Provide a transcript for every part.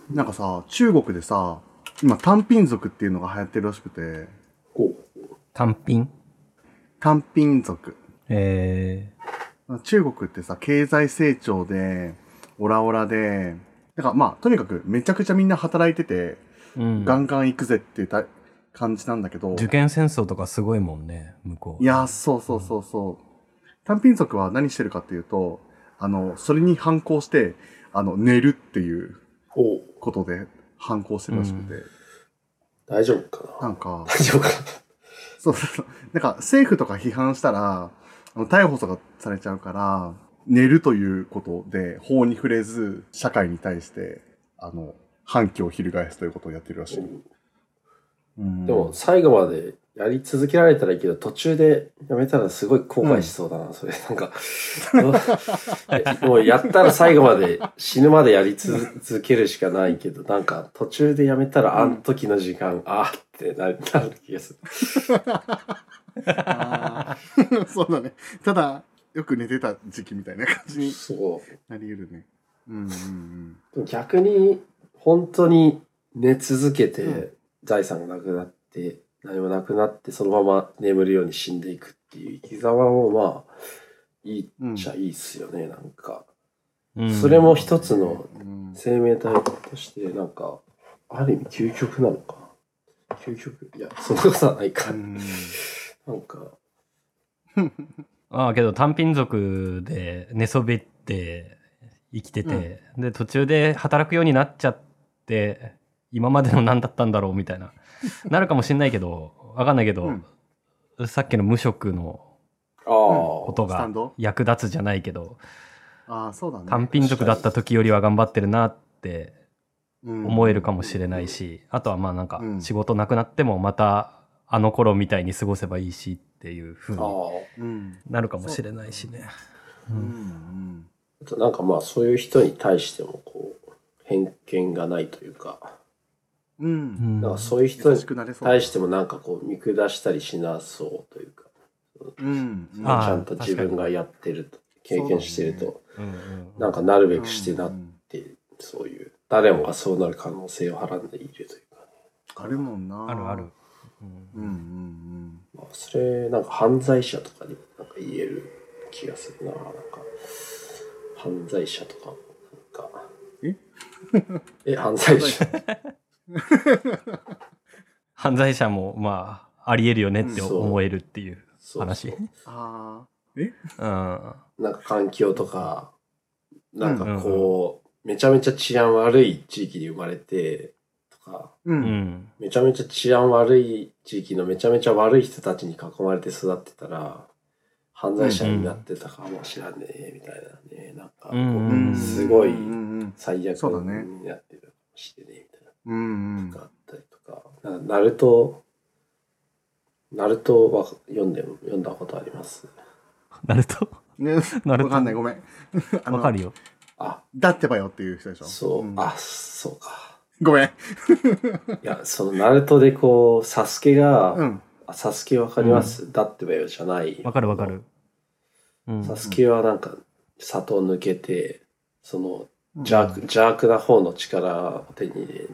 なんかさ、中国でさ、今単品族っていうのが流行ってるらしくて、 お単品。 単品族。 え中国ってさ、経済成長で、オラオラで、なんかまあ、とにかくめちゃくちゃみんな働いてて、ガンガン行くぜっていう感じなんだけど。 受験戦争とかすごいもんね、向こう。 いや、そうそうそうそう。単品族は何してるかっていうと、それに反抗して、寝るっていうことで反抗してるらしくて。 大丈夫かな。 なんか、 大丈夫かな。 そうそう。なんか政府とか批判したら、逮捕とかされちゃうから、寝るということで法に触れず、社会に対して、反旗を翻すということをやってるらしい。 でも、最後までやり続けられたらいいけど、途中でやめたらすごい後悔しそうだな、それ。なんか、もうやったら最後まで、死ぬまでやり続けるしかないけど、なんか途中でやめたらあの時の時間、あーってなる気がする。 そうだね。ただ、よく寝てた時期みたいな感じになり得るね。 逆に、本当に寝続けて、財産がなくなって、何もなくなって、そのまま眠るように死んでいくっていう生き様も、まあ、いいっちゃいいっすよね、なんか。それも一つの生命体として、なんか、ある意味究極なのか。究極いや、そんなことはないか。なんか。 けど単品族で寝そべって生きてて、で、途中で働くようになっちゃって、今までの何だったんだろうみたいな、なるかもしんないけど、わかんないけど、さっきの無職のことが役立つじゃないけど、 そうだね、 単品族だった時よりは頑張ってるなって思えるかもしれないし、あとはまあなんか仕事なくなってもまたあの頃みたいに過ごせばいいしっていう風になるかもしれないしね。 あとなんかまあそういう人に対してもこう偏見がないというか、なんかそういう人に対してもなんかこう見下したりしなそうというか、ちゃんと自分がやってると経験してると、なんかなるべくしてなって、そういう誰もがそうなる可能性をはらんでいるというか、 あるもんな。 あるある。 それなんか犯罪者とかになんか言える気がするな。なんか犯罪者とかなんか犯罪者犯罪者もまあありえるよねって思えるっていう話。 なんか環境とかなんかこうめちゃめちゃ治安悪い地域に生まれてとか、めちゃめちゃ治安悪い地域のめちゃめちゃ悪い人たちに囲まれて育ってたら犯罪者になってたかもしれんねみたいなね、なんかすごい最悪になってるかもしれねみたいなとかあったりとか、ナルトは読んだことあります？ ナルトわかんない、ごめん。 わかるよ。 だってばよっていう人でしょ。 そう、そうか。 ごめん。 いや、そのナルトでこう、サスケが、サスケわかります？だってばよじゃない。 わかるわかる。 サスケはなんか、里を抜けて、その邪悪な方の力を手に入れに行って、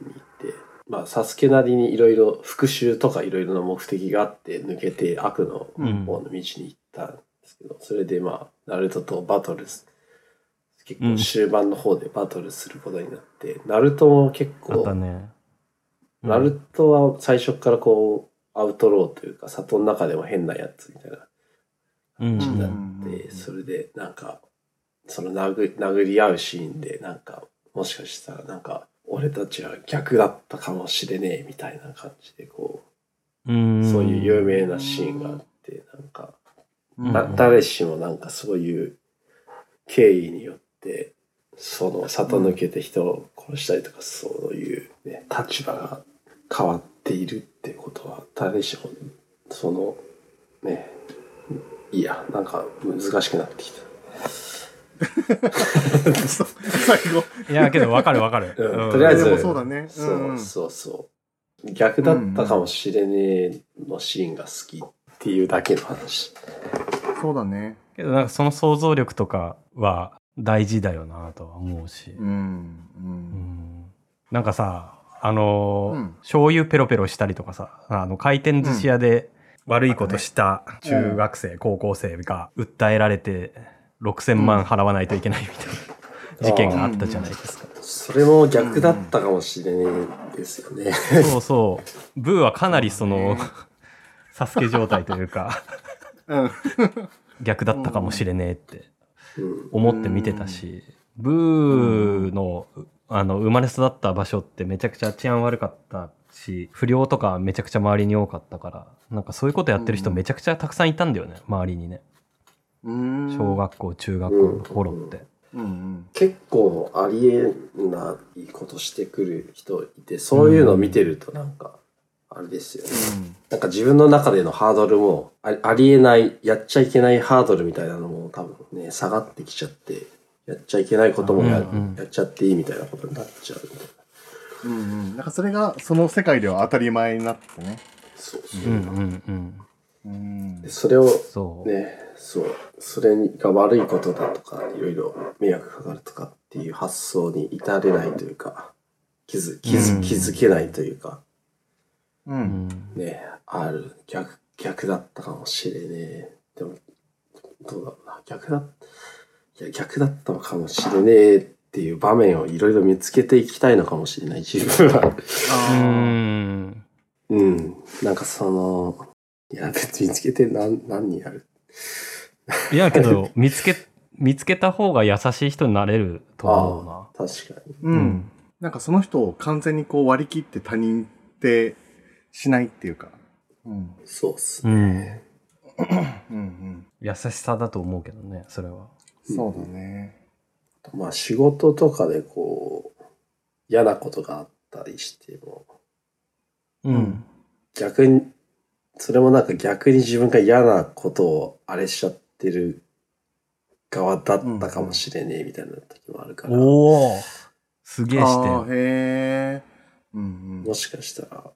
まあ、サスケなりにいろいろ復讐とかいろいろな目的があって抜けて悪の方の道に行ったんですけど、それでまあ、ナルトとバトル結構終盤の方でバトルすることになって、ナルトも結構、ナルトは最初からこう、アウトローというか、里の中でも変なやつみたいな感じになって、それでなんか、その殴り合うシーンでなんか、もしかしたらなんか、俺たちは逆だったかもしれねえみたいな感じでこう、そういう有名なシーンがあって、なんか、誰しもなんかそういう経緯によって、その里抜けて人を殺したりとか、そういうね、立場が変わっているってことは、誰しも、その、ね、いや、なんか難しくなってきた。 最後。 いや、けど分かる分かる。 とりあえず、 そうだね。 そう。逆だったかもしれねえのシーンが好きっていうだけの話。 そうだね。 けどなんかその想像力とかは大事だよなとは思うし。 なんかさ、 ん醤油ペロペロしたりとかさ、回転寿司屋で悪いことした中学生、高校生が訴えられて6000万払わないといけないみたいな事件があったじゃないですか。 それも逆だったかもしれないですよね。 そうそう。ブーはかなりサスケ状態というか、逆だったかもしれねえって思って見てたし、ブーの生まれ育った場所ってめちゃくちゃ治安悪かったし、不良とかめちゃくちゃ周りに多かったから、なんかそういうことやってる人めちゃくちゃたくさんいたんだよね、周りにね。小学校、中学校の頃って。 結構ありえないことしてくる人いて、そういうのを見てるとなんか、あれですよね。なんか自分の中でのハードルもありえない、やっちゃいけないハードルみたいなのも多分ね、下がってきちゃって、やっちゃいけないこともやっちゃっていいみたいなことになっちゃうみたいな。 なんかそれがその世界では当たり前になってね。 そう。でそれをね、それが悪いことだとか、いろいろ迷惑かかるとかっていう発想に至れないというか、気づけないというか、ね、逆だったかもしれねえ。でも、どうだろうな、逆だったのかもしれねえっていう場面をいろいろ見つけていきたいのかもしれない、自分は。なんかいや、別に見つけて何にやる。 いや、けど、見つけた方が優しい人になれると思うな。 確かに。なんかその人を完全にこう割り切って他人ってしないっていうか。 そうっすね。 優しさだと思うけどね、それは。 そうだね。 まあ仕事とかでこう、嫌なことがあったりしても、逆に、それもなんか逆に自分が嫌なことをあれしちゃってる側だったかもしれねえみたいな時もあるから。 おー、すげえ視点。 へー。 もしかしたら、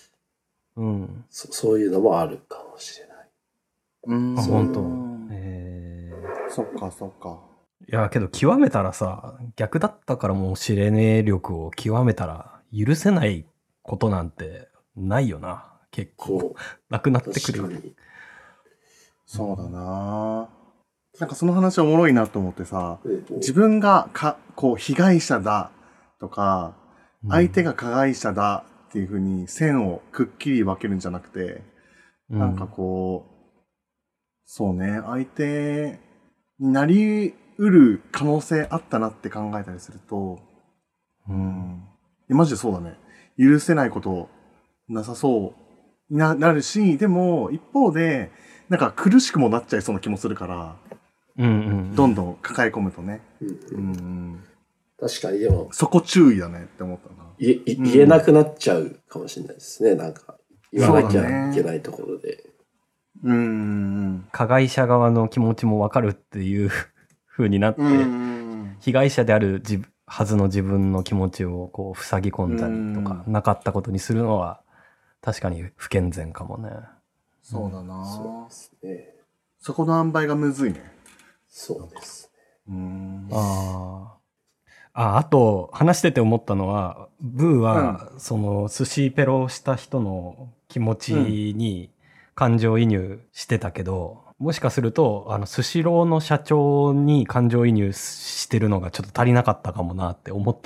そういうのもあるかもしれない。 本当。 そっかそっか。 いや、けど極めたらさ、逆だったからもしれねえ力を極めたら許せないことなんてないよな。結構なくなってくる。 そうだな。なんかその話おもろいなと思ってさ、自分がこう被害者だとか、相手が加害者だっていう風に線をくっきり分けるんじゃなくて、なんかこう、そうね、相手になり得る可能性あったなって考えたりすると、マジでそうだね。許せないことなさそうになるし、でも一方で、なんか苦しくもなっちゃいそうな気もするから、どんどん抱え込むとね。 確かにでも。 そこ注意だねって思ったな。 言えなくなっちゃうかもしれないですね。なんか、言わなきゃいけないところで。 加害者側の気持ちもわかるっていう風になって、被害者であるはずの自分の気持ちをこう塞ぎ込んだりとか、なかったことにするのは確かに不健全かもね。 そうだな。 そうですね。 そこの塩梅がむずいね。 そうですね。 あと話してて思ったのは、ブーはその寿司ペロした人の気持ちに感情移入してたけど、もしかするとスシローの社長に感情移入してるのがちょっと足りなかったかもなって思った。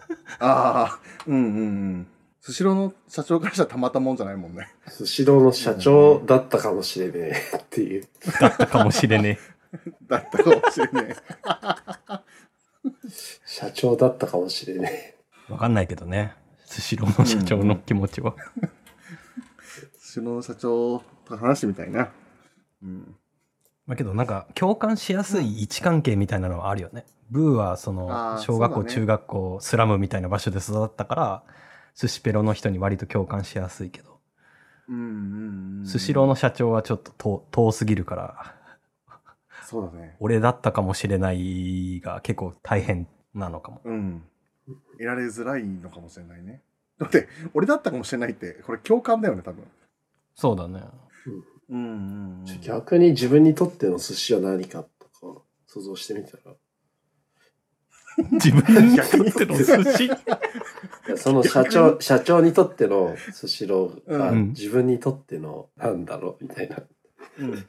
スシローの社長からしたらたまったもんじゃないもんね。 スシローの社長だったかもしれねえっていう。 だったかもしれねえ。だったかもしれねえ。 社長だったかもしれねえ。わかんないけどね。スシローの社長の気持ちは。 スシローの社長と話してみたいな。 だけどなんか共感しやすい位置関係みたいなのはあるよね。ブーはその小学校、中学校、スラムみたいな場所で育ったから、寿司ペロの人に割と共感しやすいけど。スシローの社長はちょっと遠すぎるから。 そうだね。 俺だったかもしれないが結構大変なのかも。 得られづらいのかもしれないね。だって、俺だったかもしれないって、これ共感だよね、多分。 そうだね。 逆に自分にとっての寿司は何かとか想像してみたら。 自分にとっての寿司その社長にとってのスシローがうん自分にとってのなんだろうみたいな。 うん。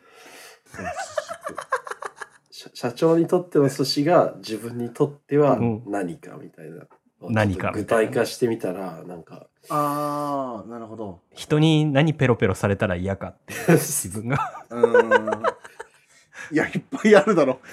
社長にとっての寿司が自分にとってはうん何かみたいな。 何か具体化してみたら、なんか。 ああ、なるほど。 人に何ペロペロされたら嫌かっていう自分が。 いや、いっぱいあるだろ。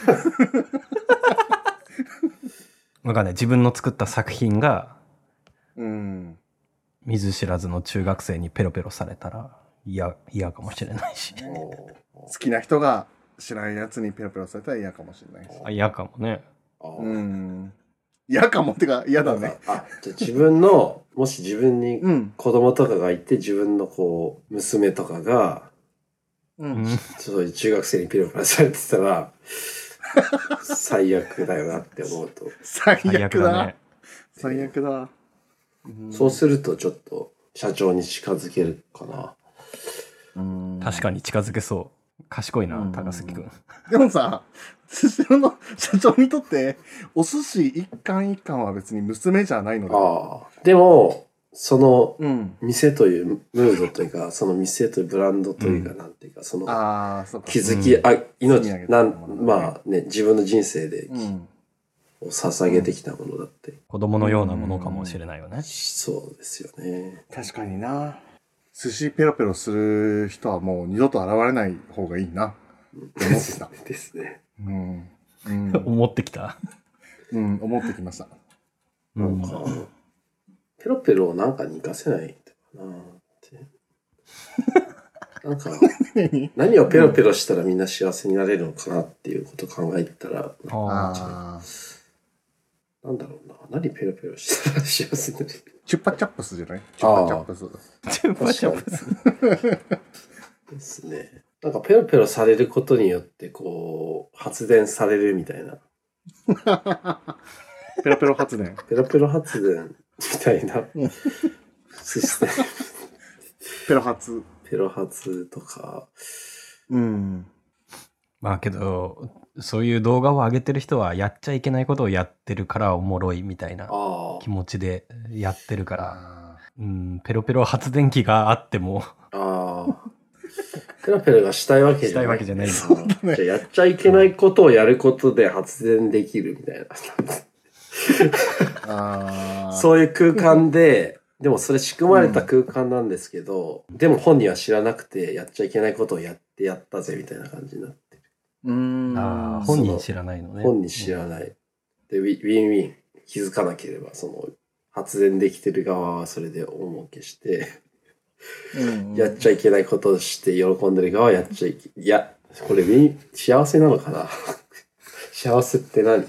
わかんない。自分の作った作品がうん。 見ず知らずの中学生にペロペロされたら嫌かもしれないし。 好きな人が知らんやつにペロペロされたら嫌かもしれないし。 嫌かもね。 うん。嫌かもってか嫌だね。 じゃあ自分の、もし自分にうん。 子供とかがいて、自分のこう、娘とかが、 うん。 そういう中学生にピロピロされてたら、最悪だよなって思うと。 最最悪だ。 ね。 最悪だ。 そうするとちょっと社長に近づけるかな。 確かに近づけそう。賢いな、 うん高杉くん。 でもさ、スシローの社長にとって、お寿司一貫一貫は別に娘じゃないので。 ああ。でも、そのうん。 店というムードというか、その店というブランドというか、なんていうか、そのああ、そうか。 気づき、命、 積み上げたものまあね、自分の人生でうん。 捧げてきたものだって。 子供のようなものかもしれないよね。 そうですよね。 確かにな。寿司ペロペロする人はもう二度と現れない方がいいな。って思ってきた。 ですね。 うん。うん。 思ってきた。 うん、思ってきました。 うん。 なんか、ペロペロをなんかに活かせないかなって。なんか、何をペロペロしたらみんな幸せになれるのかなっていうことを考えたら、 ああなんだろうな。何ペロペロしたら幸せになれるチュッパチャップスじゃないチュッパチャップス。 あ。チュッパチャップス。 ですね。なんかペロペロされることによって、こう、発電されるみたいな。 ペロペロ発電。 ペロペロ発電みたいなシステム。 ペロ発。 ペロ発とか。 うん。 まあけど、そういう動画を上げてる人はやっちゃいけないことをやってるからおもろいみたいなあ気持ちでやってるから、 あペロペロ発電機があってもあ。ああ。ペロペロがしたいわけじゃない。 したいわけじゃないんだじゃあやっちゃいけないことをやることで発電できるみたいな。 あ。 そういう空間で、でもそれ仕組まれた空間なんですけど、でも本人は知らなくてやっちゃいけないことをやってやったぜみたいな感じになってる。 ああ、本人知らないのね。 本人知らない。で、ウィンウィン気づかなければ、その発電できてる側はそれで大儲けして、やっちゃいけないことをして喜んでる側はやっちゃいけ、いや、これ幸せなのかな幸せって何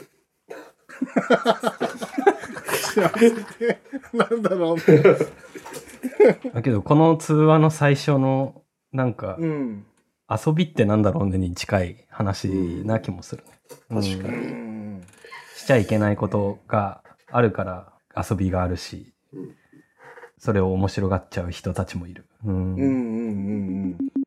幸せって、なんだろう。 だけど、この通話の最初の、なんか、 うん。 遊びってなんだろうねに近い話な気もするね。 確かに。 うん。 しちゃいけないことがあるから遊びがあるし、それを面白がっちゃう人たちもいる。 うんうんうんうん。